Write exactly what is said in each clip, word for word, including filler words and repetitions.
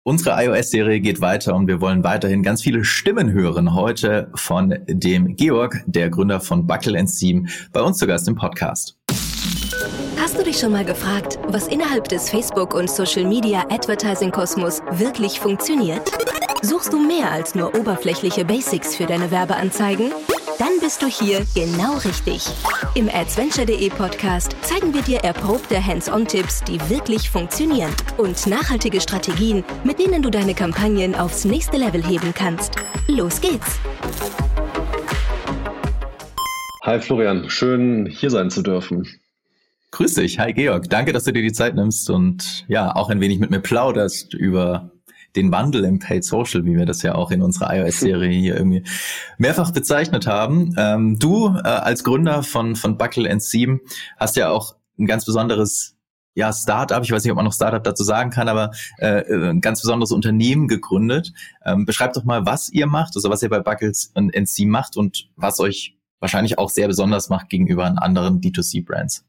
Unsere iOS-Serie geht weiter und wir wollen weiterhin ganz viele Stimmen hören. Heute von dem Georg, der Gründer von Buckle and Theme, bei uns zu Gast im Podcast. Hast du dich schon mal gefragt, was innerhalb des Facebook- und Social-Media-Advertising-Kosmos wirklich funktioniert? Suchst du mehr als nur oberflächliche Basics für deine Werbeanzeigen? Dann bist du hier genau richtig. Im adventure punkt de Podcast zeigen wir dir erprobte Hands-on-Tipps, die wirklich funktionieren und nachhaltige Strategien, mit denen du deine Kampagnen aufs nächste Level heben kannst. Los geht's! Hi Florian, schön hier sein zu dürfen. Grüß dich, hi Georg. Danke, dass du dir die Zeit nimmst und ja, auch ein wenig mit mir plauderst über den Wandel im Paid Social, wie wir das ja auch in unserer iOS-Serie hier irgendwie mehrfach bezeichnet haben. Ähm, du äh, als Gründer von von Buckle and Theme hast ja auch ein ganz besonderes ja Startup, ich weiß nicht, ob man noch Startup dazu sagen kann, aber äh, ein ganz besonderes Unternehmen gegründet. Ähm, beschreibt doch mal, was ihr macht, also was ihr bei Buckle and Theme macht und was euch wahrscheinlich auch sehr besonders macht gegenüber anderen D zwei C-Brands.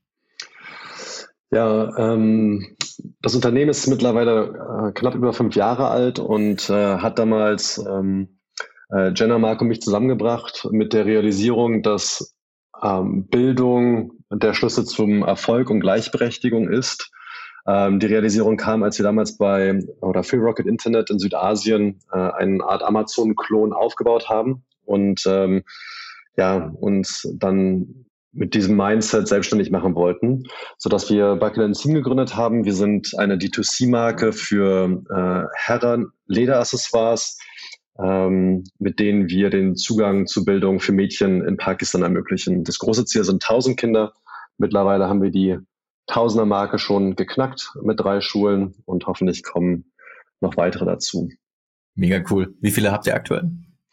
Ja, ähm, das Unternehmen ist mittlerweile äh, knapp über fünf Jahre alt und äh, hat damals ähm, äh, Jenna, Marc und mich zusammengebracht mit der Realisierung, dass ähm, Bildung der Schlüssel zum Erfolg und Gleichberechtigung ist. Ähm, die Realisierung kam, als wir damals bei oder für Rocket Internet in Südasien äh, eine Art Amazon-Klon aufgebaut haben und ähm, ja uns dann mit diesem Mindset selbstständig machen wollten, sodass wir Buckle and Theme gegründet haben. Wir sind eine D zwei C-Marke für äh, Herren-Lederaccessoires, ähm, mit denen wir den Zugang zu Bildung für Mädchen in Pakistan ermöglichen. Das große Ziel sind tausend Kinder. Mittlerweile haben wir die Tausender-Marke schon geknackt mit drei Schulen und hoffentlich kommen noch weitere dazu. Mega cool. Wie viele habt ihr aktuell?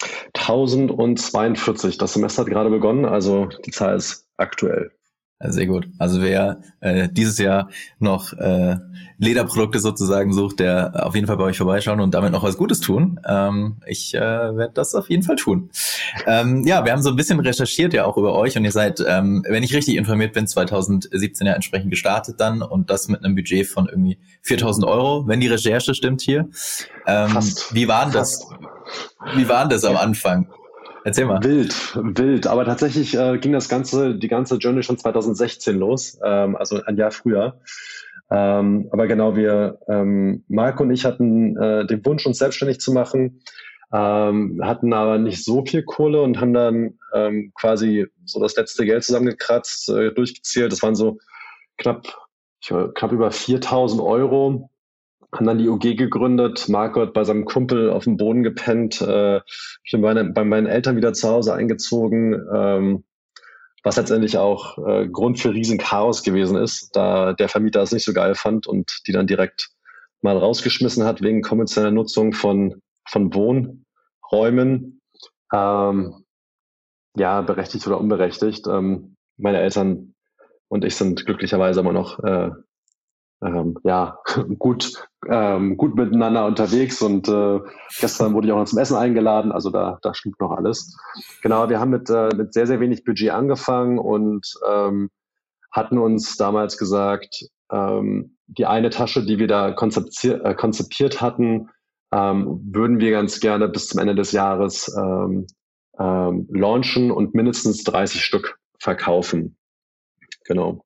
tausendzweiundvierzig. Das Semester hat gerade begonnen, also die Zahl ist aktuell. Sehr gut. Also wer äh, dieses Jahr noch äh, Lederprodukte sozusagen sucht, der auf jeden Fall bei euch vorbeischauen und damit noch was Gutes tun. Ähm, ich äh, werde das auf jeden Fall tun. Ähm, ja, wir haben so ein bisschen recherchiert ja auch über euch und ihr seid, ähm, wenn ich richtig informiert bin, zwanzig siebzehn ja entsprechend gestartet dann und das mit einem Budget von irgendwie viertausend Euro, wenn die Recherche stimmt hier. Ähm, Fast. Wie war denn das? Wie war denn das am Anfang? Erzähl mal. Wild, wild. Aber tatsächlich äh, ging das ganze, die ganze Journey schon zwanzig sechzehn los, ähm, also ein Jahr früher. Ähm, aber genau, wir, ähm, Marc und ich hatten äh, den Wunsch, uns selbstständig zu machen, ähm, hatten aber nicht so viel Kohle und haben dann ähm, quasi so das letzte Geld zusammengekratzt, äh, durchgezählt. Das waren so knapp, ich, knapp über viertausend Euro. Haben dann die U G gegründet. Marco hat bei seinem Kumpel auf dem Boden gepennt. Äh, ich bin bei, meine, bei meinen Eltern wieder zu Hause eingezogen, ähm, was letztendlich auch äh, Grund für riesen Chaos gewesen ist, da der Vermieter es nicht so geil fand und die dann direkt mal rausgeschmissen hat wegen kommerzieller Nutzung von, von Wohnräumen. Ähm, ja, berechtigt oder unberechtigt. Ähm, meine Eltern und ich sind glücklicherweise immer noch äh, Ähm, ja, gut, ähm, gut miteinander unterwegs und äh, gestern wurde ich auch noch zum Essen eingeladen, also da, da stimmt noch alles. Genau, wir haben mit, äh, mit sehr, sehr wenig Budget angefangen und ähm, hatten uns damals gesagt, ähm, die eine Tasche, die wir da konzeptier- äh, konzipiert hatten, ähm, würden wir ganz gerne bis zum Ende des Jahres ähm, ähm, launchen und mindestens dreißig Stück verkaufen. Genau.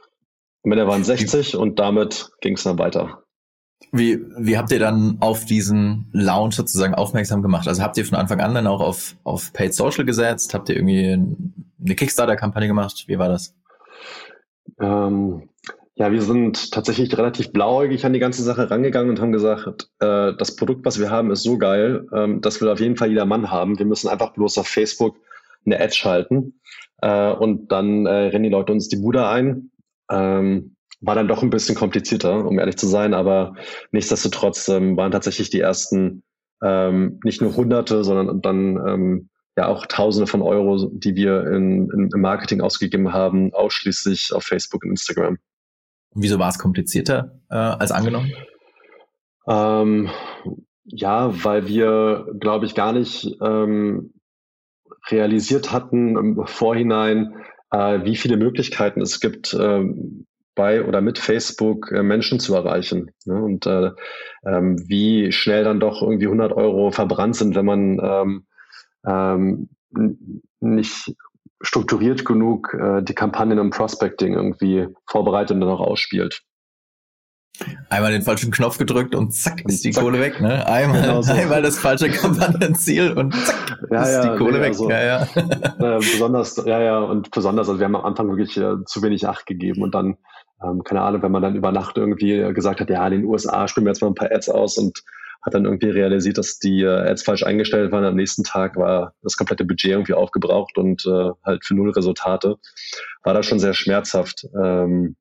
Am Ende waren sechzig und damit ging es dann weiter. Wie, wie habt ihr dann auf diesen Launch sozusagen aufmerksam gemacht? Also habt ihr von Anfang an dann auch auf, auf Paid Social gesetzt? Habt ihr irgendwie eine Kickstarter-Kampagne gemacht? Wie war das? Ähm, ja, wir sind tatsächlich relativ blauäugig an die ganze Sache rangegangen und haben gesagt, äh, das Produkt, was wir haben, ist so geil, ähm, das will auf jeden Fall jeder Mann haben. Wir müssen einfach bloß auf Facebook eine Ad schalten äh, und dann äh, rennen die Leute uns die Bude ein. Ähm, war dann doch ein bisschen komplizierter, um ehrlich zu sein, aber nichtsdestotrotz ähm, waren tatsächlich die ersten ähm, nicht nur Hunderte, sondern dann ähm, ja auch Tausende von Euro, die wir in, in, im Marketing ausgegeben haben, ausschließlich auf Facebook und Instagram. Wieso war es komplizierter äh, als angenommen? Ähm, ja, weil wir, glaube ich, gar nicht ähm, realisiert hatten im Vorhinein, äh, wie viele Möglichkeiten es gibt, ähm, bei oder mit Facebook äh, Menschen zu erreichen. Ne? Und äh, ähm, wie schnell dann doch irgendwie hundert Euro verbrannt sind, wenn man ähm, ähm, n- nicht strukturiert genug äh, die Kampagnen im Prospecting irgendwie vorbereitet und dann auch ausspielt. Einmal den falschen Knopf gedrückt und zack, ist die zack. Kohle weg, ne? Einmal, Genau so. einmal das falsche Kampagnenziel und zack, Ja, ist ja, die Kohle nee, weg. also, Ja, ja. Äh, besonders, ja, ja, und besonders, also wir haben am Anfang wirklich äh, zu wenig Acht gegeben und dann, ähm, keine Ahnung, wenn man dann über Nacht irgendwie gesagt hat, ja, in den U S A spielen wir jetzt mal ein paar Ads aus und hat dann irgendwie realisiert, dass die äh, Ads falsch eingestellt waren. Am nächsten Tag war das komplette Budget irgendwie aufgebraucht und äh, halt für null Resultate. War das schon sehr schmerzhaft. Ähm,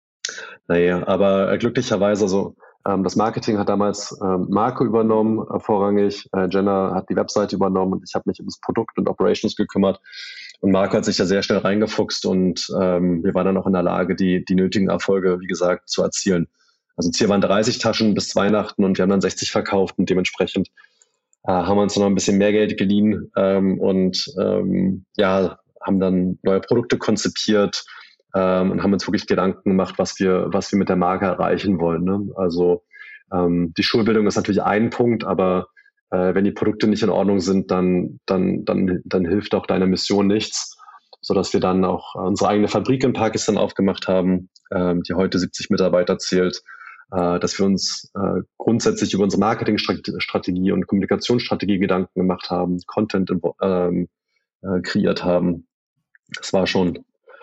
naja, aber äh, glücklicherweise, also ähm, das Marketing hat damals ähm, Marco übernommen, äh, vorrangig. Äh, Jenna hat die Webseite übernommen und ich habe mich um das Produkt und Operations gekümmert. Und Marco hat sich da sehr schnell reingefuchst und ähm, wir waren dann auch in der Lage, die, die nötigen Erfolge, wie gesagt, zu erzielen. Also Ziel waren dreißig Taschen bis Weihnachten und wir haben dann sechzig verkauft und dementsprechend äh, haben wir uns noch ein bisschen mehr Geld geliehen ähm, und ähm, ja, haben dann neue Produkte konzipiert ähm, und haben uns wirklich Gedanken gemacht, was wir, was wir mit der Marke erreichen wollen. Ne? Also ähm, die Schulbildung ist natürlich ein Punkt, aber äh, wenn die Produkte nicht in Ordnung sind, dann, dann, dann, dann hilft auch deine Mission nichts, sodass wir dann auch unsere eigene Fabrik in Pakistan aufgemacht haben, ähm, die heute siebzig Mitarbeiter zählt, äh, dass wir uns äh, grundsätzlich über unsere Marketingstrategie und Kommunikationsstrategie Gedanken gemacht haben, Content ähm, äh, kreiert haben. Das war schon,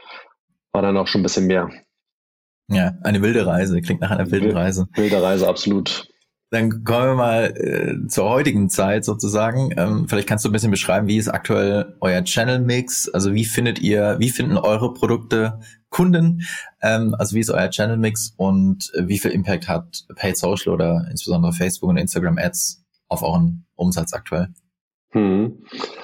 war dann auch schon ein bisschen mehr. Ja, eine wilde Reise, klingt nach einer wilden Reise. Wilde Reise, absolut. Dann kommen wir mal äh, zur heutigen Zeit sozusagen. Ähm, vielleicht kannst du ein bisschen beschreiben, wie ist aktuell euer Channel-Mix? Also wie findet ihr, wie finden eure Produkte Kunden? Ähm, also wie ist euer Channel-Mix und äh, wie viel Impact hat Paid Social oder insbesondere Facebook und Instagram Ads auf euren Umsatz aktuell? Hm.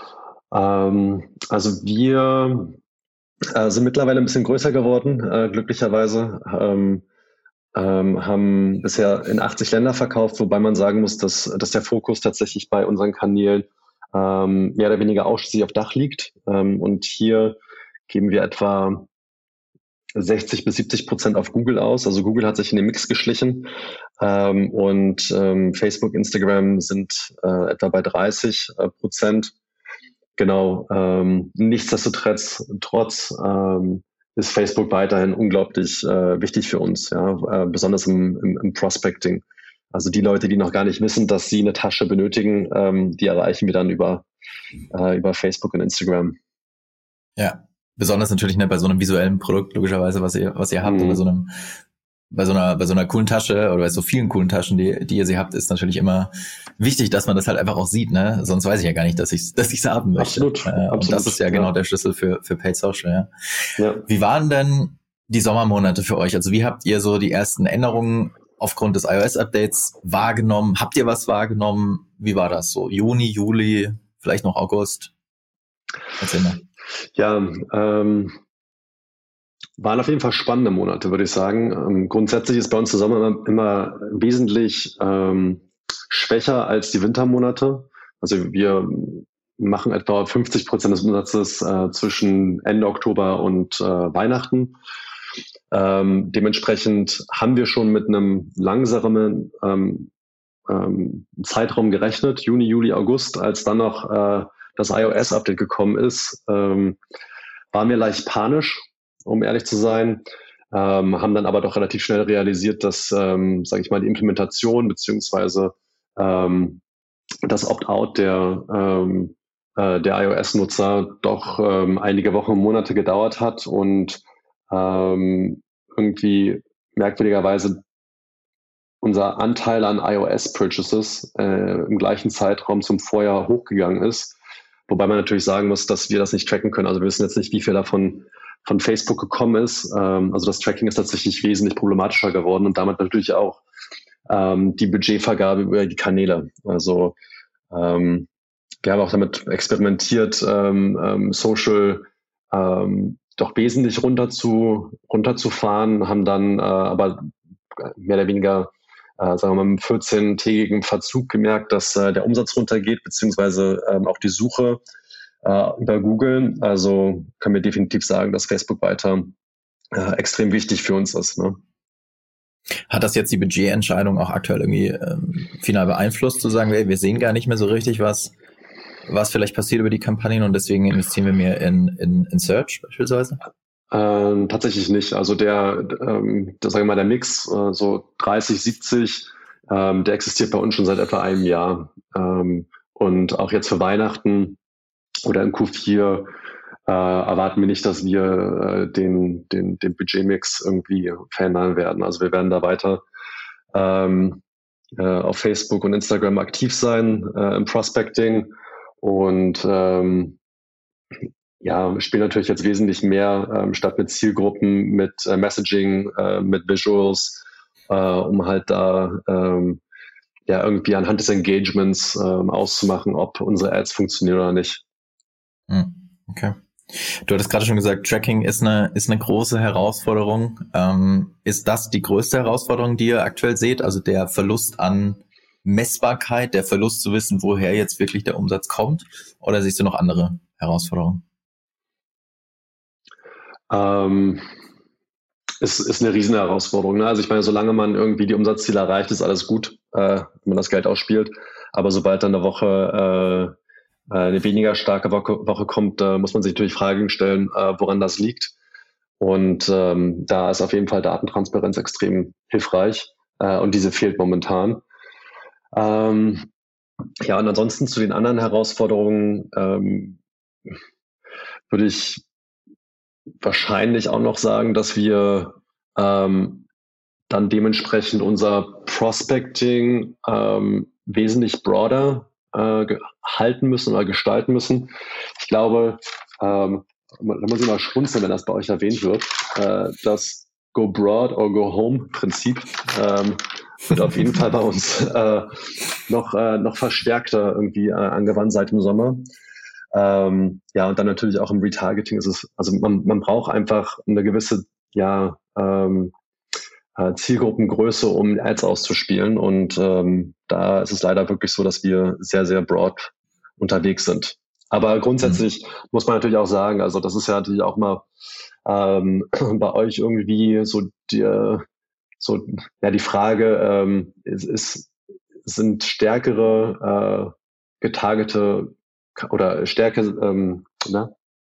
Ähm, also wir äh, sind mittlerweile ein bisschen größer geworden, äh, glücklicherweise. Ähm, Ähm, haben bisher in achtzig Länder verkauft, wobei man sagen muss, dass, dass der Fokus tatsächlich bei unseren Kanälen ähm, mehr oder weniger ausschließlich auf Dach liegt. Ähm, und hier geben wir etwa sechzig bis siebzig Prozent auf Google aus. Also Google hat sich in den Mix geschlichen ähm, und ähm, Facebook, Instagram sind äh, etwa bei dreißig Prozent. Genau. Ähm, nichtsdestotrotz trotz, ähm, ist Facebook weiterhin unglaublich äh, wichtig für uns, ja, äh, besonders im, im, im Prospecting. Also die Leute, die noch gar nicht wissen, dass sie eine Tasche benötigen, ähm, die erreichen wir dann über, äh, über Facebook und Instagram. Ja, besonders natürlich ne, bei so einem visuellen Produkt, logischerweise, was ihr, was ihr habt, mhm. und bei so einem Bei so einer, bei so einer coolen Tasche oder bei so vielen coolen Taschen, die, die ihr sie habt, ist natürlich immer wichtig, dass man das halt einfach auch sieht, ne? Sonst weiß ich ja gar nicht, dass ich, dass ich es haben möchte. Absolut, äh, absolut. Und das ist ja, ja genau der Schlüssel für, für Paid Social, ja. ja. Wie waren denn die Sommermonate für euch? Also wie habt ihr so die ersten Änderungen aufgrund des iOS-Updates wahrgenommen? Habt ihr was wahrgenommen? Wie war das so? Juni, Juli, vielleicht noch August? Erzähl mal. Ja, ähm, waren auf jeden Fall spannende Monate, würde ich sagen. Ähm, grundsätzlich ist bei uns der Sommer immer, immer wesentlich ähm, schwächer als die Wintermonate. Also wir machen etwa fünfzig Prozent des Umsatzes äh, zwischen Ende Oktober und äh, Weihnachten. Ähm, dementsprechend haben wir schon mit einem langsamen ähm, ähm, Zeitraum gerechnet, Juni, Juli, August, als dann noch äh, das iOS-Update gekommen ist, ähm, waren wir leicht panisch, um ehrlich zu sein, ähm, haben dann aber doch relativ schnell realisiert, dass, ähm, sage ich mal, die Implementation beziehungsweise ähm, das Opt-out der, ähm, äh, der iOS-Nutzer doch ähm, einige Wochen und Monate gedauert hat und ähm, irgendwie merkwürdigerweise unser Anteil an iOS-Purchases äh, im gleichen Zeitraum zum Vorjahr hochgegangen ist. Wobei man natürlich sagen muss, dass wir das nicht tracken können. Also wir wissen jetzt nicht, wie viel davon von Facebook gekommen ist. Ähm, also das Tracking ist tatsächlich wesentlich problematischer geworden und damit natürlich auch ähm, die Budgetvergabe über die Kanäle. Also ähm, wir haben auch damit experimentiert, ähm, ähm, Social ähm, doch wesentlich runter zu, runterzufahren, haben dann äh, aber mehr oder weniger äh, sagen wir mal, mit vierzehn-tägigen Verzug gemerkt, dass äh, der Umsatz runtergeht, beziehungsweise ähm, auch die Suche äh, über Google. Also können wir definitiv sagen, dass Facebook weiter äh, extrem wichtig für uns ist. Ne? Hat das jetzt die Budgetentscheidung auch aktuell irgendwie ähm, final beeinflusst, zu sagen, ey, wir sehen gar nicht mehr so richtig, was, was vielleicht passiert über die Kampagnen und deswegen investieren wir mehr in, in, in Search beispielsweise? Ähm, tatsächlich nicht. Also der, ähm, das, sagen wir mal, der Mix, äh, so dreißig, siebzig, ähm, der existiert bei uns schon seit etwa einem Jahr. Ähm, und auch jetzt für Weihnachten oder in Q vier äh, erwarten wir nicht, dass wir äh, den, den, den Budgetmix irgendwie verändern werden. Also wir werden da weiter ähm, äh, auf Facebook und Instagram aktiv sein äh, im Prospecting und ähm, ja, wir spielen natürlich jetzt wesentlich mehr ähm, statt mit Zielgruppen, mit äh, Messaging, äh, mit Visuals, äh, um halt da ähm, ja irgendwie anhand des Engagements ähm, auszumachen, ob unsere Ads funktionieren oder nicht. Okay. Du hattest gerade schon gesagt, Tracking ist eine ist eine große Herausforderung. Ähm, ist das die größte Herausforderung, die ihr aktuell seht? Also der Verlust an Messbarkeit, der Verlust zu wissen, woher jetzt wirklich der Umsatz kommt? Oder siehst du noch andere Herausforderungen? Ähm, ist, ist eine riesen Herausforderung. Ne? Also ich meine, solange man irgendwie die Umsatzziele erreicht, ist alles gut, äh, wenn man das Geld ausspielt. Aber sobald dann eine Woche äh, eine weniger starke Woche, Woche kommt, äh, muss man sich natürlich Fragen stellen, äh, woran das liegt. Und ähm, da ist auf jeden Fall Datentransparenz extrem hilfreich äh, und diese fehlt momentan. Ähm, ja, und ansonsten zu den anderen Herausforderungen ähm, würde ich wahrscheinlich auch noch sagen, dass wir ähm, dann dementsprechend unser Prospecting ähm, wesentlich broader äh, halten müssen oder gestalten müssen. Ich glaube, ähm, da muss ich mal schmunzeln, wenn das bei euch erwähnt wird, äh, das Go Broad or Go Home Prinzip ähm, wird auf jeden Fall bei uns äh, noch, äh, noch verstärkter irgendwie äh, angewandt seit dem Sommer. Ähm, ja, und dann natürlich auch im Retargeting ist es, also man, man braucht einfach eine gewisse, ja, ähm, äh, Zielgruppengröße, um Ads auszuspielen. Und ähm, da ist es leider wirklich so, dass wir sehr, sehr broad unterwegs sind. Aber grundsätzlich mhm. muss man natürlich auch sagen, also das ist ja natürlich auch mal ähm, bei euch irgendwie so die, so, ja, die Frage, ähm, ist, ist, sind stärkere äh, getargete oder Stärke, ähm, ne?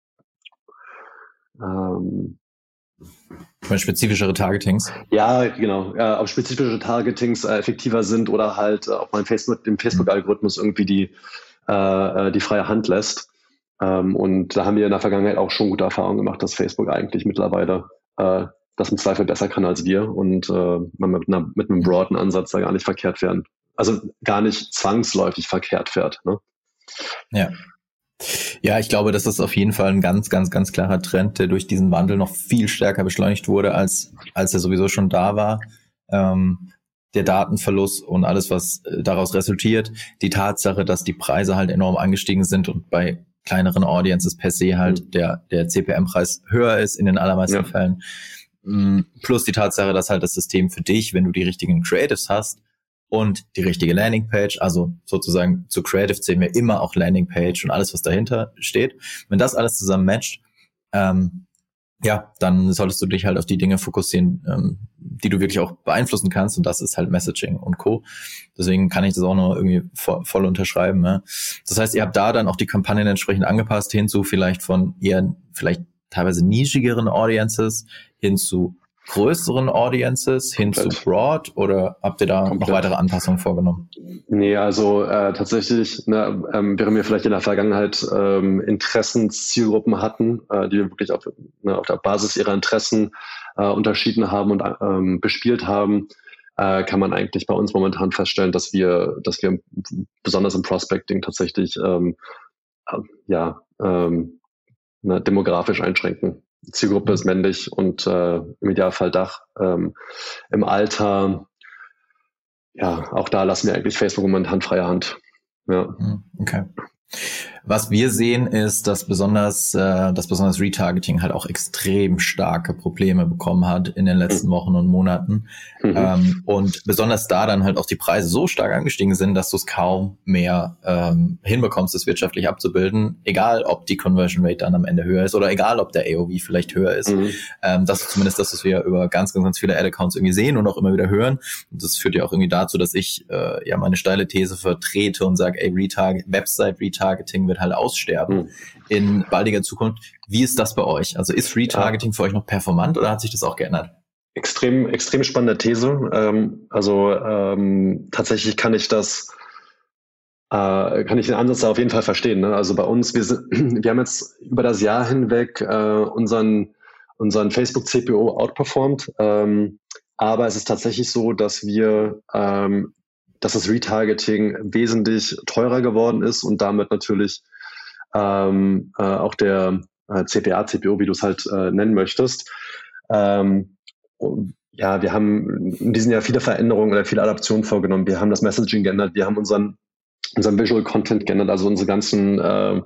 Ähm, spezifischere Targetings? Ja, genau. Ja, ob spezifische Targetings äh, effektiver sind oder halt, äh, ob man Facebook, dem Facebook-Algorithmus irgendwie die, äh, die freie Hand lässt. Ähm, und da haben wir in der Vergangenheit auch schon gute Erfahrungen gemacht, dass Facebook eigentlich mittlerweile äh, das im Zweifel besser kann als wir und äh, man mit, einer, mit einem broaden Ansatz da gar nicht verkehrt werden. Also gar nicht zwangsläufig verkehrt fährt. Ne? Ja. Ja, ich glaube, das ist auf jeden Fall ein ganz, ganz, ganz klarer Trend, der durch diesen Wandel noch viel stärker beschleunigt wurde, als, als er sowieso schon da war. Ähm, der Datenverlust und alles, was daraus resultiert. Die Tatsache, dass die Preise halt enorm angestiegen sind und bei kleineren Audiences per se halt mhm. der, der C P M-Preis höher ist in den allermeisten ja. Fällen. Plus die Tatsache, dass halt das System für dich, wenn du die richtigen Creatives hast, und die richtige Landingpage, also sozusagen zu Creative zählen wir immer auch Landingpage und alles, was dahinter steht. Wenn das alles zusammen matcht, ähm, ja, dann solltest du dich halt auf die Dinge fokussieren, ähm, die du wirklich auch beeinflussen kannst, und das ist halt Messaging und Co. Deswegen kann ich das auch noch irgendwie voll, voll unterschreiben. Ja. Das heißt, ihr habt da dann auch die Kampagnen entsprechend angepasst hin zu vielleicht von eher vielleicht teilweise nischigeren Audiences hin zu größeren Audiences hin Komplett. Zu Broad, oder habt ihr da Komplett. Noch weitere Anpassungen vorgenommen? Nee, also äh, tatsächlich, ne, ähm, während wir vielleicht in der Vergangenheit ähm, Interessenszielgruppen hatten, äh, die wir wirklich auf, ne, auf der Basis ihrer Interessen äh, unterschieden haben und ähm, bespielt haben, äh, kann man eigentlich bei uns momentan feststellen, dass wir, dass wir besonders im Prospecting tatsächlich ähm, äh, ja ähm, ne, demografisch einschränken. Die Zielgruppe ist männlich und äh, im Idealfall Dach. Ähm, Im Alter, ja, auch da lassen wir eigentlich Facebook momentan freie Hand. Ja. Okay. Was wir sehen, ist, dass besonders, äh, dass besonders Retargeting halt auch extrem starke Probleme bekommen hat in den letzten Wochen und Monaten. Mhm. Ähm, und besonders da dann halt auch die Preise so stark angestiegen sind, dass du es kaum mehr ähm, hinbekommst, das wirtschaftlich abzubilden. Egal, ob die Conversion Rate dann am Ende höher ist oder egal, ob der A O V vielleicht höher ist. Mhm. Ähm, das ist zumindest das, was wir über ganz, ganz, ganz viele Ad-Accounts irgendwie sehen und auch immer wieder hören. Und das führt ja auch irgendwie dazu, dass ich äh, ja meine steile These vertrete und sage, ey, Retarget, Website-Retargeting wird halt aussterben mhm. in baldiger Zukunft. Wie ist das bei euch? Also ist Retargeting ja. für euch noch performant oder hat sich das auch geändert? Extrem, extrem spannende These. Ähm, also ähm, tatsächlich kann ich das, äh, kann ich den Ansatz da auf jeden Fall verstehen. Ne? Also bei uns, wir, sind, wir haben jetzt über das Jahr hinweg äh, unseren, unseren Facebook C P O outperformed. Ähm, aber es ist tatsächlich so, dass wir ähm, dass das Retargeting wesentlich teurer geworden ist und damit natürlich ähm, äh, auch der äh, C P A, C P O, wie du es halt äh, nennen möchtest. Ähm, ja, wir haben in diesem Jahr viele Veränderungen oder viele Adaptionen vorgenommen. Wir haben das Messaging geändert, wir haben unseren, unseren Visual Content geändert, also unsere ganzen ähm,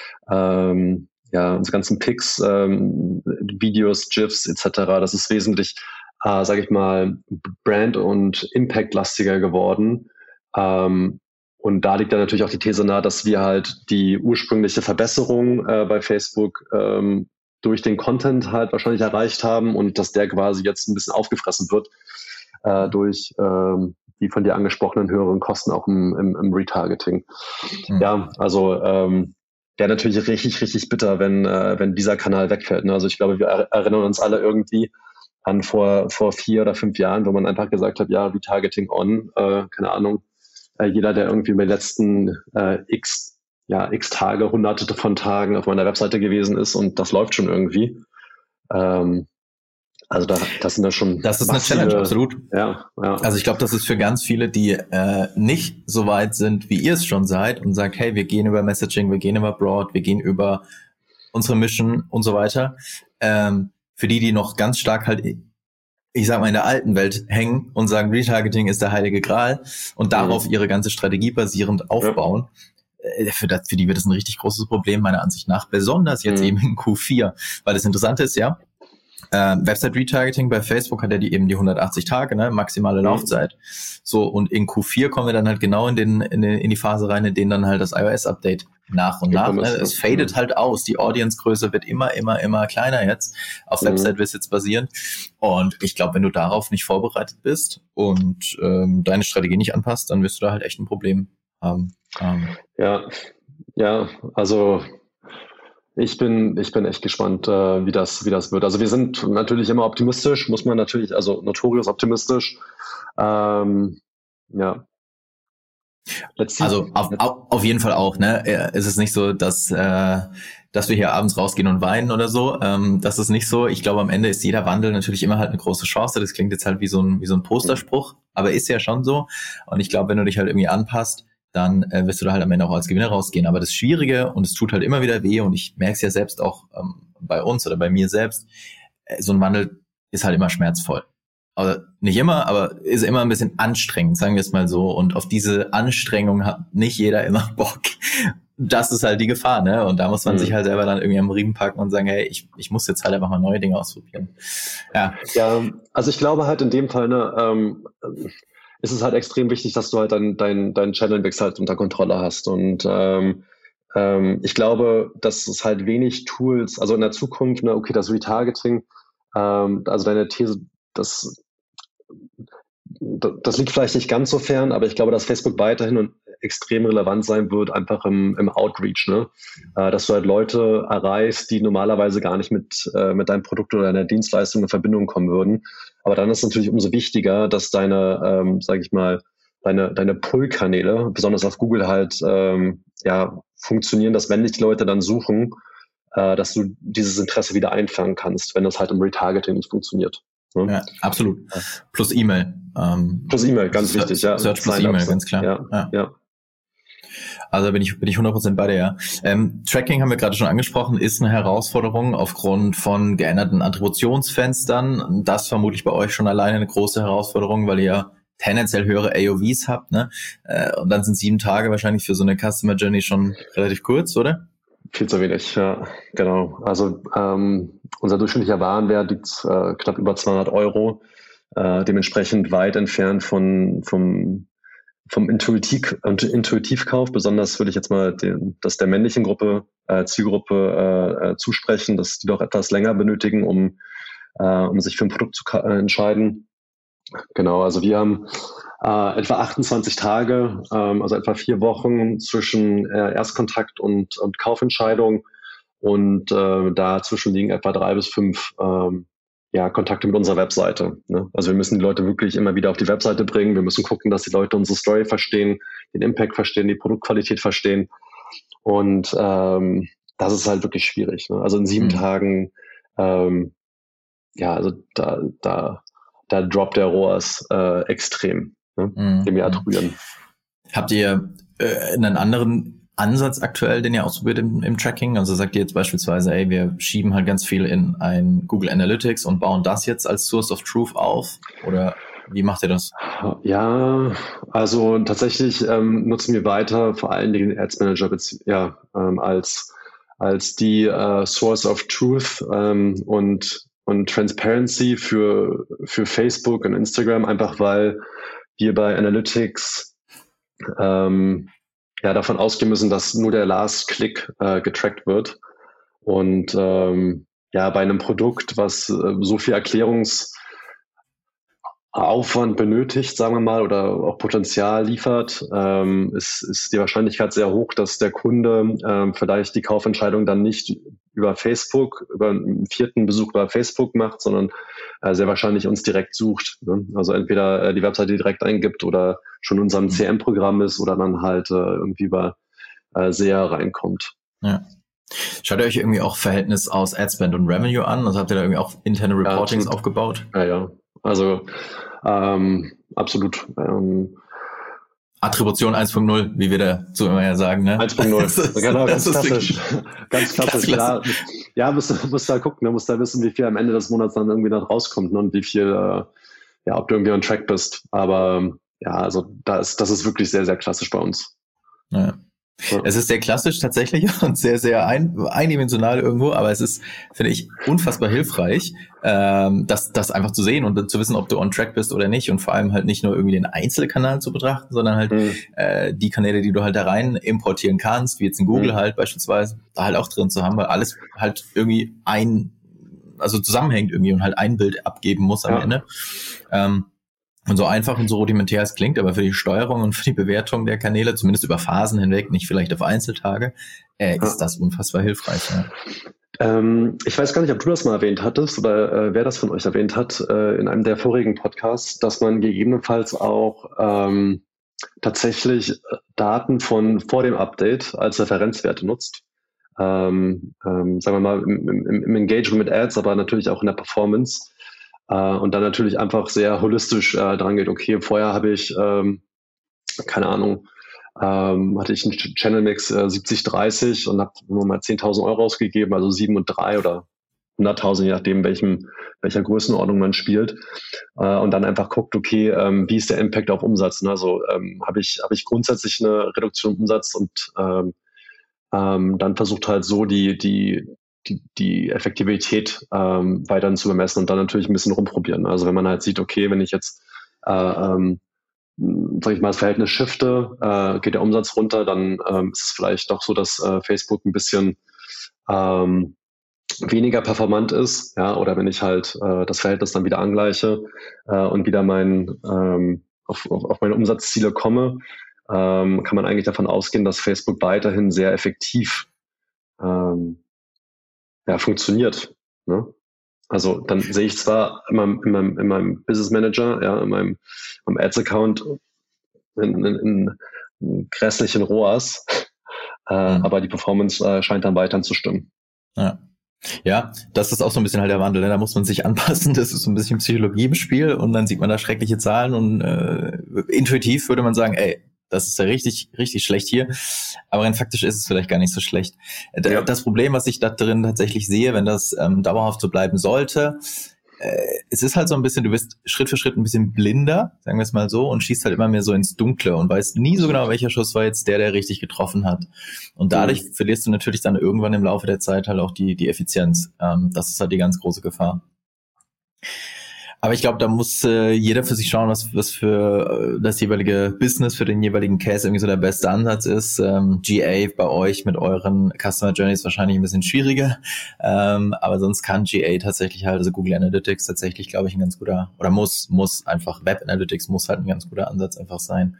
ähm, ja, unsere ganzen Pics, ähm, Videos, GIFs et cetera. Das ist wesentlich Äh, sage ich mal, Brand- und Impact-lastiger geworden. Ähm, und da liegt dann natürlich auch die These nahe, dass wir halt die ursprüngliche Verbesserung äh, bei Facebook ähm, durch den Content halt wahrscheinlich erreicht haben und dass der quasi jetzt ein bisschen aufgefressen wird äh, durch ähm, die von dir angesprochenen höheren Kosten auch im, im, im Retargeting. Mhm. Ja, also ähm, wäre natürlich richtig, richtig bitter, wenn, äh, wenn dieser Kanal wegfällt. Ne? Also ich glaube, wir er- erinnern uns alle irgendwie an vor, vor vier oder fünf Jahren, wo man einfach gesagt hat, ja, Retargeting on, äh, keine Ahnung, äh, jeder, der irgendwie in den letzten äh, x, ja, x Tage, hunderte von Tagen auf meiner Webseite gewesen ist und das läuft schon irgendwie. Ähm, also da, das sind da schon Das ist massive, eine Challenge, absolut. Ja, ja. Also ich glaube, das ist für ganz viele, die äh, nicht so weit sind, wie ihr es schon seid und sagt, hey, wir gehen über Messaging, wir gehen über Broad, wir gehen über unsere Mission und so weiter. Ähm, Für die, die noch ganz stark halt, ich sag mal, in der alten Welt hängen und sagen, Retargeting ist der heilige Gral und darauf mhm. ihre ganze Strategie basierend aufbauen, ja. für, das, für die wird das ein richtig großes Problem, meiner Ansicht nach, besonders jetzt mhm. eben in Q vier. Weil das Interessante ist ja, äh, Website-Retargeting bei Facebook hat ja die, eben die hundertachtzig Tage, ne, maximale mhm. Laufzeit. So, und in Q vier kommen wir dann halt genau in, den, in, den, in die Phase rein, in denen dann halt das iOS-Update nach und nach, ne? Es fadet halt aus. Die Audience-Größe wird immer, immer, immer kleiner jetzt auf mhm. Website-Visits basierend. Und ich glaube, wenn du darauf nicht vorbereitet bist und ähm, deine Strategie nicht anpasst, dann wirst du da halt echt ein Problem haben. Ähm. Ja, ja, also ich bin, ich bin echt gespannt, äh, wie das, wie das wird. Also wir sind natürlich immer optimistisch, muss man natürlich, also notorious optimistisch. Ähm, ja. Also auf, auf, auf jeden Fall auch, ne? Es ist nicht so, dass äh, dass wir hier abends rausgehen und weinen oder so. Ähm, das ist nicht so. Ich glaube, am Ende ist jeder Wandel natürlich immer halt eine große Chance. Das klingt jetzt halt wie so ein wie so ein Posterspruch, aber ist ja schon so. Und ich glaube, wenn du dich halt irgendwie anpasst, dann äh, wirst du da halt am Ende auch als Gewinner rausgehen. Aber das Schwierige, und es tut halt immer wieder weh, und ich merke es ja selbst auch ähm, bei uns oder bei mir selbst, äh, so ein Wandel ist halt immer schmerzvoll. Also nicht immer, aber ist immer ein bisschen anstrengend, sagen wir es mal so. Und auf diese Anstrengung hat nicht jeder immer Bock. Das ist halt die Gefahr, ne? Und da muss man mhm. sich halt selber dann irgendwie am Riemen packen und sagen, hey, ich, ich muss jetzt halt einfach mal neue Dinge ausprobieren. Ja, ja, also ich glaube halt in dem Fall, ne, ähm, ist es halt extrem wichtig, dass du halt dein, dein, dein Channel-Mix halt unter Kontrolle hast. Und ähm, ähm, ich glaube, dass es halt wenig Tools, also in der Zukunft, ne, okay, das Retargeting, ähm, also deine These, das Das liegt vielleicht nicht ganz so fern, aber ich glaube, dass Facebook weiterhin und extrem relevant sein wird, einfach im, im Outreach, ne? Äh, dass du halt Leute erreichst, die normalerweise gar nicht mit, äh, mit deinem Produkt oder deiner Dienstleistung in Verbindung kommen würden. Aber dann ist es natürlich umso wichtiger, dass deine, ähm, sage ich mal, deine, deine Pull-Kanäle, besonders auf Google halt, ähm, ja, funktionieren, dass wenn dich die Leute dann suchen, äh, dass du dieses Interesse wieder einfangen kannst, wenn das halt im Retargeting nicht funktioniert. Ja, ja absolut. Plus E-Mail. Ähm, plus E-Mail, ganz Search, wichtig, ja. Search plus E-Mail, ganz klar. Ja, ja. ja. Also bin ich bin ich hundert Prozent bei dir, ja. Ähm, Tracking haben wir gerade schon angesprochen, ist eine Herausforderung aufgrund von geänderten Attributionsfenstern. Das vermutlich bei euch schon alleine eine große Herausforderung, weil ihr tendenziell höhere A O Vs habt, ne? Äh, und dann sind sieben Tage wahrscheinlich für so eine Customer Journey schon relativ kurz, oder? Viel zu wenig, ja, genau. Also ähm, unser durchschnittlicher Warenwert liegt äh, knapp über zweihundert Euro, äh, dementsprechend weit entfernt von vom vom Intuitiv, Intuitivkauf, besonders würde ich jetzt mal den, das der männlichen Gruppe, äh, Zielgruppe äh, zusprechen, dass die doch etwas länger benötigen, um, äh, um sich für ein Produkt zu äh, entscheiden. Genau, also wir haben äh, etwa achtundzwanzig Tage, ähm, also etwa vier Wochen zwischen äh, Erstkontakt und, und Kaufentscheidung und äh, dazwischen liegen etwa drei bis fünf ähm, ja, Kontakte mit unserer Webseite. Ne? Also wir müssen die Leute wirklich immer wieder auf die Webseite bringen. Wir müssen gucken, dass die Leute unsere Story verstehen, den Impact verstehen, die Produktqualität verstehen. Und ähm, das ist halt wirklich schwierig. Ne? Also in sieben mhm. Tagen, ähm, ja, also da, da, da droppt der R O A S äh, extrem, ne? mhm. den wir attribuieren. Habt ihr äh, einen anderen Ansatz aktuell, den ihr ausprobiert im, im Tracking? Also sagt ihr jetzt beispielsweise, ey, wir schieben halt ganz viel in ein Google Analytics und bauen das jetzt als Source of Truth auf? Oder wie macht ihr das? Ja, also tatsächlich ähm, nutzen wir weiter vor allen Dingen Ads Manager ja, ähm, als, als die äh, Source of Truth ähm, und, und Transparency für, für Facebook und Instagram, einfach weil wir bei Analytics ähm, ja davon ausgehen müssen, dass nur der Last Click äh, getrackt wird. Und ähm, ja, bei einem Produkt, was äh, so viel Erklärungsaufwand benötigt, sagen wir mal, oder auch Potenzial liefert, ähm, ist, ist die Wahrscheinlichkeit sehr hoch, dass der Kunde ähm, vielleicht die Kaufentscheidung dann nicht über Facebook, über einen vierten Besuch über Facebook macht, sondern äh, sehr wahrscheinlich uns direkt sucht. Ne? Also entweder äh, die Webseite direkt eingibt oder schon in unserem C M-Programm ist oder dann halt äh, irgendwie über äh, S E A reinkommt. Ja. Schaut ihr euch irgendwie auch Verhältnis aus Adspend und Revenue an? Also habt ihr da irgendwie auch interne Reportings ja, aufgebaut? Ja, ja. Also ähm, absolut. Ähm, Attribution eins Punkt null, wie wir dazu immer ja sagen, ne? eins Punkt null, genau, ganz klassisch. Ganz klassisch, klar. Ja, musst, musst da gucken, du musst da wissen, wie viel am Ende des Monats dann irgendwie dann rauskommt, ne? Und wie viel, äh, ja, ob du irgendwie on track bist. Aber ja, also da ist, das ist wirklich sehr, sehr klassisch bei uns. Ja. Ja. Es ist sehr klassisch tatsächlich und sehr, sehr ein, eindimensional irgendwo, aber es ist, finde ich, unfassbar hilfreich, ähm, das, das einfach zu sehen und zu wissen, ob du on track bist oder nicht und vor allem halt nicht nur irgendwie den Einzelkanal zu betrachten, sondern halt mhm. äh, die Kanäle, die du halt da rein importieren kannst, wie jetzt in Google mhm. halt beispielsweise, da halt auch drin zu haben, weil alles halt irgendwie ein, also zusammenhängt irgendwie und halt ein Bild abgeben muss am ja. Ende. Ähm, Und so einfach und so rudimentär es klingt, aber für die Steuerung und für die Bewertung der Kanäle, zumindest über Phasen hinweg, nicht vielleicht auf Einzeltage, äh, ist das unfassbar hilfreich. Ja. Ähm, ich weiß gar nicht, ob du das mal erwähnt hattest oder äh, wer das von euch erwähnt hat äh, in einem der vorigen Podcasts, dass man gegebenenfalls auch ähm, tatsächlich Daten von vor dem Update als Referenzwerte nutzt. Ähm, ähm, sagen wir mal im, im, im Engagement mit Ads, aber natürlich auch in der Performance. Uh, und dann natürlich einfach sehr holistisch uh, dran geht, okay, vorher habe ich, ähm, keine Ahnung, ähm, hatte ich einen Channel-Mix äh, siebzig dreißig und habe nur mal zehntausend Euro ausgegeben, also sieben und drei oder hunderttausend, je nachdem, welchem, welcher Größenordnung man spielt. Uh, und dann einfach guckt, okay, ähm, wie ist der Impact auf Umsatz? Ne? Also ähm, habe ich, habe ich grundsätzlich eine Reduktion im Umsatz und ähm, ähm, dann versucht halt so die, die Die, die Effektivität ähm, weiterhin zu bemessen und dann natürlich ein bisschen rumprobieren. Also wenn man halt sieht, okay, wenn ich jetzt, äh, ähm, sag ich mal, das Verhältnis shifte, äh, geht der Umsatz runter, dann ähm, ist es vielleicht doch so, dass äh, Facebook ein bisschen ähm, weniger performant ist, ja, oder wenn ich halt äh, das Verhältnis dann wieder angleiche äh, und wieder mein, ähm, auf, auf, auf meine Umsatzziele komme, ähm, kann man eigentlich davon ausgehen, dass Facebook weiterhin sehr effektiv ähm, ja, funktioniert. Ne? Also dann sehe ich zwar in meinem, in meinem, in meinem Business Manager, ja, in meinem, meinem Ads-Account in, in, in, in grässlichen R O A S, äh, mhm. aber die Performance äh, scheint dann weiterhin zu stimmen. Ja. Ja, das ist auch so ein bisschen halt der Wandel. Da muss man sich anpassen. Das ist so ein bisschen Psychologie im Spiel und dann sieht man da schreckliche Zahlen und äh, intuitiv würde man sagen, ey, das ist ja richtig, richtig schlecht hier. Aber rein faktisch ist es vielleicht gar nicht so schlecht. Ja. Das Problem, was ich da drin tatsächlich sehe, wenn das ähm, dauerhaft so bleiben sollte, äh, es ist halt so ein bisschen, du bist Schritt für Schritt ein bisschen blinder, sagen wir es mal so, und schießt halt immer mehr so ins Dunkle und weißt nie so genau, welcher Schuss war jetzt der, der richtig getroffen hat. Und dadurch mhm. verlierst du natürlich dann irgendwann im Laufe der Zeit halt auch die, die Effizienz. Ähm, das ist halt die ganz große Gefahr. Aber ich glaube, da muss äh, jeder für sich schauen, was, was für äh, das jeweilige Business, für den jeweiligen Case irgendwie so der beste Ansatz ist. Ähm, G A bei euch mit euren Customer Journeys wahrscheinlich ein bisschen schwieriger. Ähm, aber sonst kann G A tatsächlich halt, also Google Analytics tatsächlich, glaube ich, ein ganz guter, oder muss, muss einfach, Web Analytics muss halt ein ganz guter Ansatz einfach sein.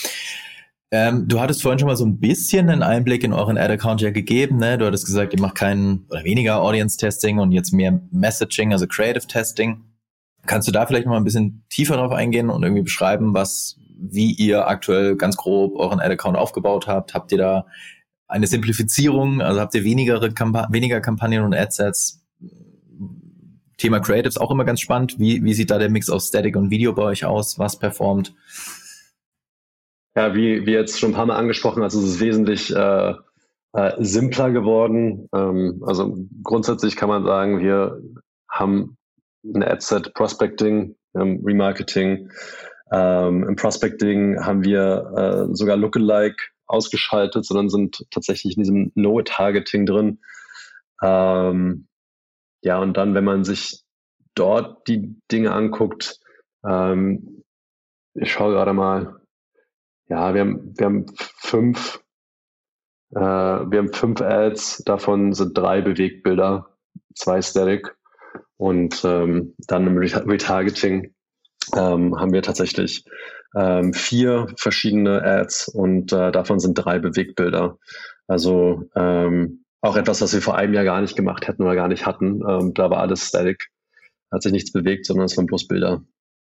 Ähm, du hattest vorhin schon mal so ein bisschen einen Einblick in euren Ad-Account ja gegeben, ne? Du hattest gesagt, ihr macht keinen oder weniger Audience-Testing und jetzt mehr Messaging, also Creative Testing. Kannst du da vielleicht noch mal ein bisschen tiefer drauf eingehen und irgendwie beschreiben, was, wie ihr aktuell ganz grob euren Ad-Account aufgebaut habt? Habt ihr da eine Simplifizierung? Also habt ihr weniger, Kampa- weniger Kampagnen und Adsets? Thema Creatives auch immer ganz spannend. Wie, wie sieht da der Mix aus Static und Video bei euch aus? Was performt? Ja, wie, wie jetzt schon ein paar Mal angesprochen, also es ist wesentlich äh, äh, simpler geworden. Ähm, also grundsätzlich kann man sagen, wir haben ein Adset Prospecting, ähm, Remarketing. Ähm, Im Prospecting haben wir äh, sogar Lookalike ausgeschaltet, sondern sind tatsächlich in diesem No-Targeting drin. Ähm, ja, und dann, wenn man sich dort die Dinge anguckt, ähm, ich schaue gerade mal, ja, wir haben, wir haben fünf, äh, wir haben fünf Ads, davon sind drei Bewegtbilder, zwei Static. Und ähm, dann im Retargeting ähm, haben wir tatsächlich ähm, vier verschiedene Ads und äh, davon sind drei Bewegtbilder. Also ähm, auch etwas, was wir vor einem Jahr gar nicht gemacht hätten oder gar nicht hatten. Ähm, da war alles static, hat sich nichts bewegt, sondern es waren bloß Bilder.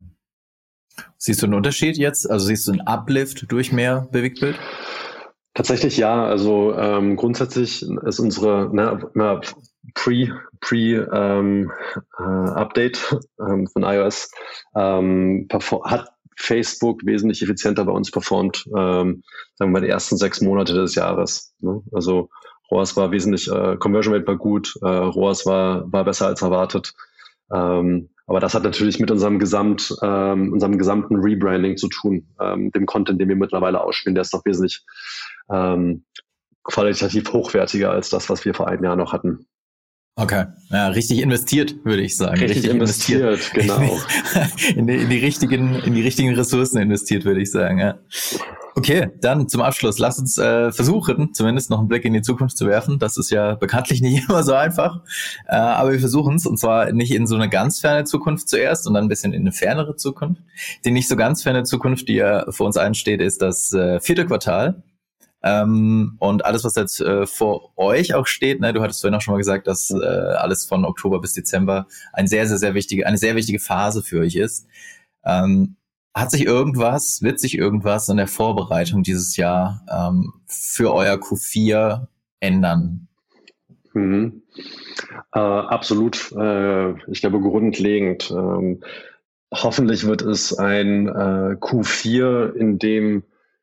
Siehst du einen Unterschied jetzt? Also siehst du einen Uplift durch mehr Bewegtbild? Tatsächlich ja. Also ähm, grundsätzlich ist unsere ne, na, Pre, Pre ähm, äh, Update ähm, von iOS ähm, perform- hat Facebook wesentlich effizienter bei uns performt, ähm, sagen wir mal die ersten sechs Monate des Jahres. Ne? Also R O A S war wesentlich, äh, Conversion Rate war gut, äh, R O A S war, war besser als erwartet. Ähm, aber das hat natürlich mit unserem Gesamt, ähm, unserem gesamten Rebranding zu tun, ähm, dem Content, den wir mittlerweile ausspielen, der ist noch wesentlich ähm, qualitativ hochwertiger als das, was wir vor einem Jahr noch hatten. Okay, ja, richtig investiert, würde ich sagen. Richtig, richtig investiert, investiert, genau. In die, in die richtigen, in die richtigen Ressourcen investiert, würde ich sagen, ja. Okay, dann zum Abschluss, lass uns äh, versuchen, zumindest noch einen Blick in die Zukunft zu werfen. Das ist ja bekanntlich nicht immer so einfach, äh, aber wir versuchen es, und zwar nicht in so eine ganz ferne Zukunft zuerst und dann ein bisschen in eine fernere Zukunft. Die nicht so ganz ferne Zukunft, die ja vor uns ansteht, ist das äh, vierte Quartal. Ähm, und alles, was jetzt äh, vor euch auch steht, ne, du hattest vorhin auch schon mal gesagt, dass äh, alles von Oktober bis Dezember ein sehr, sehr, sehr wichtige, eine sehr wichtige Phase für euch ist. Ähm, hat sich irgendwas, wird sich irgendwas in der Vorbereitung dieses Jahr ähm, für euer Q vier ändern? Mhm. Äh, absolut. Äh, ich glaube, grundlegend. Ähm, hoffentlich wird es ein äh, Q vier, in dem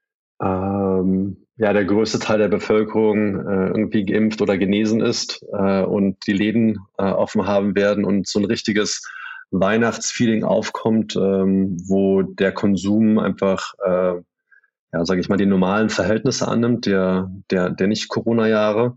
ähm, ja, der größte Teil der Bevölkerung äh, irgendwie geimpft oder genesen ist äh, und die Läden äh, offen haben werden und so ein richtiges Weihnachtsfeeling aufkommt, ähm, wo der Konsum einfach, äh, ja, sage ich mal, die normalen Verhältnisse annimmt, der, der, der Nicht-Corona-Jahre.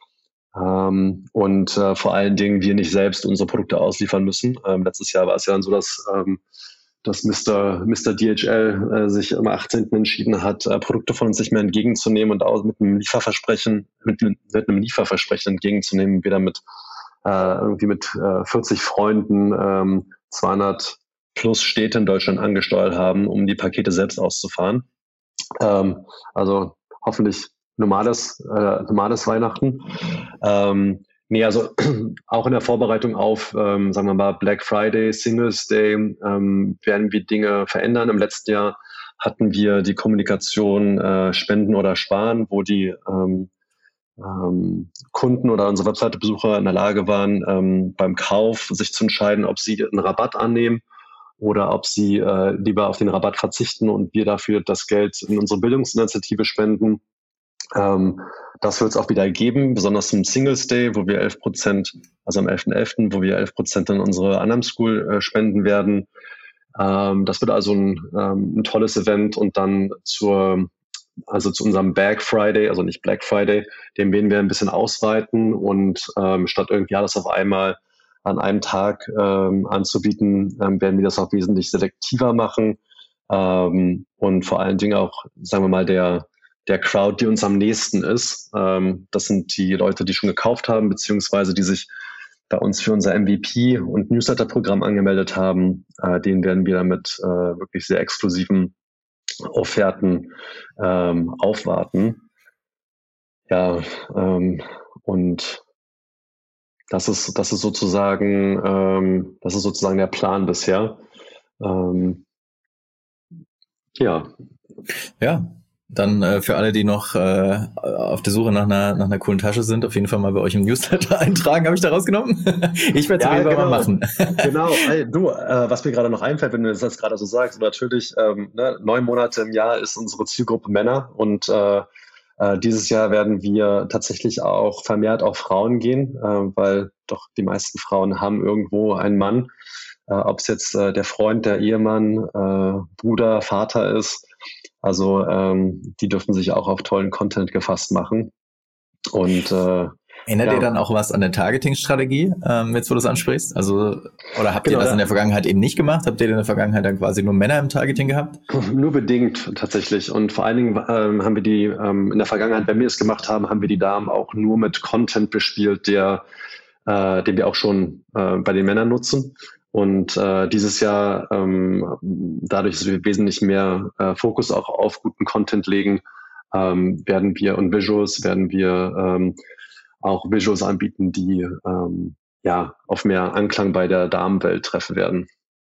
Ähm, und äh, vor allen Dingen wir nicht selbst unsere Produkte ausliefern müssen. Ähm, letztes Jahr war es ja dann so, dass ähm, dass Mister Mister D H L äh, sich am achtzehnten entschieden hat, äh, Produkte von uns nicht mehr entgegenzunehmen und auch mit einem Lieferversprechen, mit, mit einem Lieferversprechen entgegenzunehmen, wir damit äh, irgendwie mit äh, vierzig Freunden ähm, zweihundert plus Städte in Deutschland angesteuert haben, um die Pakete selbst auszufahren. Ähm, also hoffentlich normales, äh, normales Weihnachten. Ähm, Nee, also auch in der Vorbereitung auf, ähm, sagen wir mal, Black Friday, Singles Day, ähm, werden wir Dinge verändern. Im letzten Jahr hatten wir die Kommunikation äh, Spenden oder Sparen, wo die ähm, ähm, Kunden oder unsere Webseite-Besucher in der Lage waren, ähm, beim Kauf sich zu entscheiden, ob sie einen Rabatt annehmen oder ob sie äh, lieber auf den Rabatt verzichten und wir dafür das Geld in unsere Bildungsinitiative spenden. Ähm, das wird es auch wieder geben, besonders zum Singles Day, wo wir elf Prozent, also am elften elften, wo wir elf Prozent in unsere Anam School äh, spenden werden. Ähm, das wird also ein, ähm, ein tolles Event und dann zur, also zu unserem Bag Friday, also nicht Black Friday, den werden wir ein bisschen ausweiten und ähm, statt irgendwie alles auf einmal an einem Tag ähm, anzubieten, ähm, werden wir das auch wesentlich selektiver machen ähm, und vor allen Dingen auch, sagen wir mal, der der Crowd, die uns am nächsten ist. Ähm, das sind die Leute, die schon gekauft haben, beziehungsweise die sich bei uns für unser M V P und Newsletter-Programm angemeldet haben. Äh, denen werden wir damit äh, wirklich sehr exklusiven Offerten ähm, aufwarten. Ja, ähm, und das ist, das ist sozusagen, ähm, das ist sozusagen der Plan bisher. Ähm, ja. Ja. Dann äh, für alle, die noch äh, auf der Suche nach einer, nach einer coolen Tasche sind, auf jeden Fall mal bei euch im Newsletter eintragen. Habe ich da rausgenommen? Ich werde es ja, auf jeden Fall genau. mal machen. Genau. Hey, du, äh, was mir gerade noch einfällt, wenn du das jetzt gerade so sagst, natürlich, ähm, ne, neun Monate im Jahr ist unsere Zielgruppe Männer und äh, äh, dieses Jahr werden wir tatsächlich auch vermehrt auf Frauen gehen, äh, weil doch die meisten Frauen haben irgendwo einen Mann, äh, ob es jetzt äh, der Freund, der Ehemann, äh, Bruder, Vater ist. Also ähm, die dürfen sich auch auf tollen Content gefasst machen. Und äh, Ändert ja. ihr dann auch was an der Targeting-Strategie, ähm, jetzt wo du es ansprichst? Also, oder habt genau, ihr das ja. in der Vergangenheit eben nicht gemacht? Habt ihr in der Vergangenheit dann quasi nur Männer im Targeting gehabt? Nur bedingt tatsächlich. Und vor allen Dingen ähm, haben wir die ähm, in der Vergangenheit, wenn wir es gemacht haben, haben wir die Damen auch nur mit Content bespielt, der, äh, den wir auch schon äh, bei den Männern nutzen. Und äh, dieses Jahr, ähm, dadurch, dass wir wesentlich mehr äh, Fokus auch auf guten Content legen, ähm, werden wir und Visuals, werden wir ähm, auch Visuals anbieten, die ähm, ja auf mehr Anklang bei der Damenwelt treffen werden.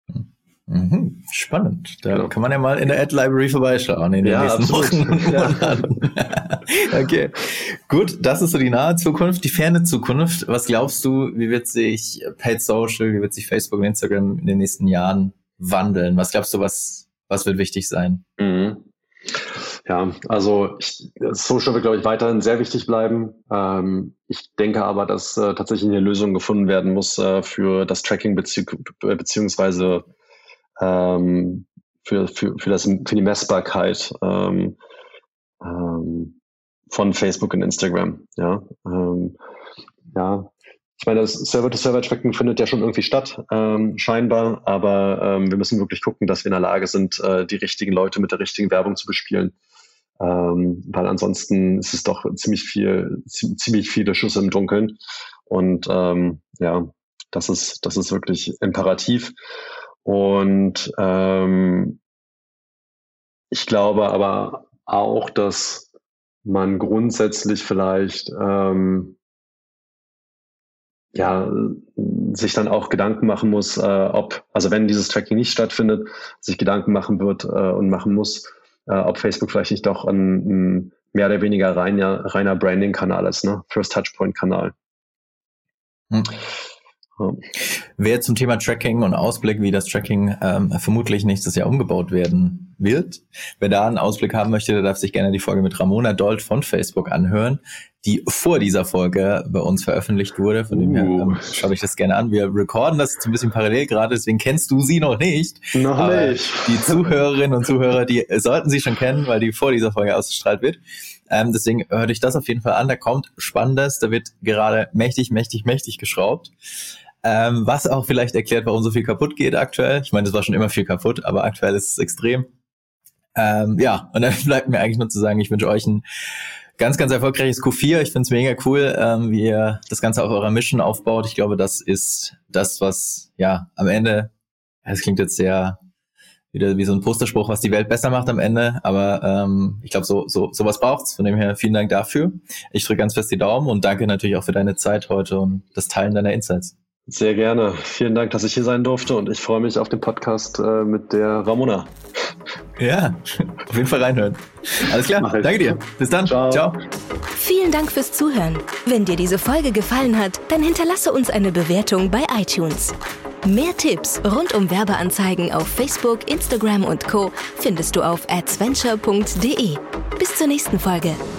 Mhm, spannend. Da genau. kann man ja mal in der Ad-Library vorbeischauen in den ja, nächsten absolut. Wochen. Ja. Okay, gut. Das ist so die nahe Zukunft. Die ferne Zukunft. Was glaubst du, wie wird sich Paid Social, wie wird sich Facebook und Instagram in den nächsten Jahren wandeln? Was glaubst du, was, was wird wichtig sein? Mhm. Ja, also ich, Social wird, glaube ich, weiterhin sehr wichtig bleiben. Ähm, ich denke aber, dass äh, tatsächlich eine Lösung gefunden werden muss äh, für das Tracking bezieh beziehungsweise ähm, für, für, für, das, für die Messbarkeit ähm, ähm, von Facebook und Instagram. Ja, ähm, ja. Ich meine, das Server-to-Server-Tracking findet ja schon irgendwie statt, ähm, scheinbar, aber ähm, wir müssen wirklich gucken, dass wir in der Lage sind, äh, die richtigen Leute mit der richtigen Werbung zu bespielen. Ähm, weil ansonsten ist es doch ziemlich viel, ziemlich viele Schüsse im Dunkeln. Und ähm, ja, das ist, das ist wirklich imperativ. Und ähm, ich glaube aber auch, dass man grundsätzlich vielleicht ähm, ja, sich dann auch Gedanken machen muss, äh, ob, also wenn dieses Tracking nicht stattfindet, sich Gedanken machen wird äh, und machen muss, äh, ob Facebook vielleicht nicht doch ein, ein mehr oder weniger reiner, reiner Branding-Kanal ist, ne? First Touchpoint-Kanal. Hm. Ja. Wer zum Thema Tracking und Ausblick, wie das Tracking ähm, vermutlich nächstes Jahr umgebaut werden wird, wer da einen Ausblick haben möchte, der darf sich gerne die Folge mit Ramona Dold von Facebook anhören, die vor dieser Folge bei uns veröffentlicht wurde. Von uh. dem her ähm, schaut euch das gerne an. Wir recorden das jetzt ein bisschen parallel gerade, deswegen kennst du sie noch nicht. Noch aber nicht. Die Zuhörerinnen und Zuhörer, die sollten sie schon kennen, weil die vor dieser Folge ausgestrahlt wird. Ähm, deswegen hört euch das auf jeden Fall an. Da kommt Spannendes, da wird gerade mächtig, mächtig, mächtig geschraubt. Ähm, was auch vielleicht erklärt, warum so viel kaputt geht aktuell. Ich meine, es war schon immer viel kaputt, aber aktuell ist es extrem. Ähm, ja, und dann bleibt mir eigentlich nur zu sagen, ich wünsche euch ein ganz, ganz erfolgreiches Q vier. Ich finde es mega cool, ähm, wie ihr das Ganze auf eurer Mission aufbaut. Ich glaube, das ist das, was ja am Ende, das klingt jetzt sehr wieder wie so ein Posterspruch, was die Welt besser macht am Ende, aber ähm, ich glaube, so so sowas braucht's. Von dem her vielen Dank dafür. Ich drücke ganz fest die Daumen und danke natürlich auch für deine Zeit heute und das Teilen deiner Insights. Sehr gerne. Vielen Dank, dass ich hier sein durfte und ich freue mich auf den Podcast äh, mit der Ramona. Ja, auf jeden Fall reinhören. Alles klar, danke dir. Bis dann. Ciao. Ciao. Vielen Dank fürs Zuhören. Wenn dir diese Folge gefallen hat, dann hinterlasse uns eine Bewertung bei iTunes. Mehr Tipps rund um Werbeanzeigen auf Facebook, Instagram und Co. findest du auf adventure punkt de. Bis zur nächsten Folge.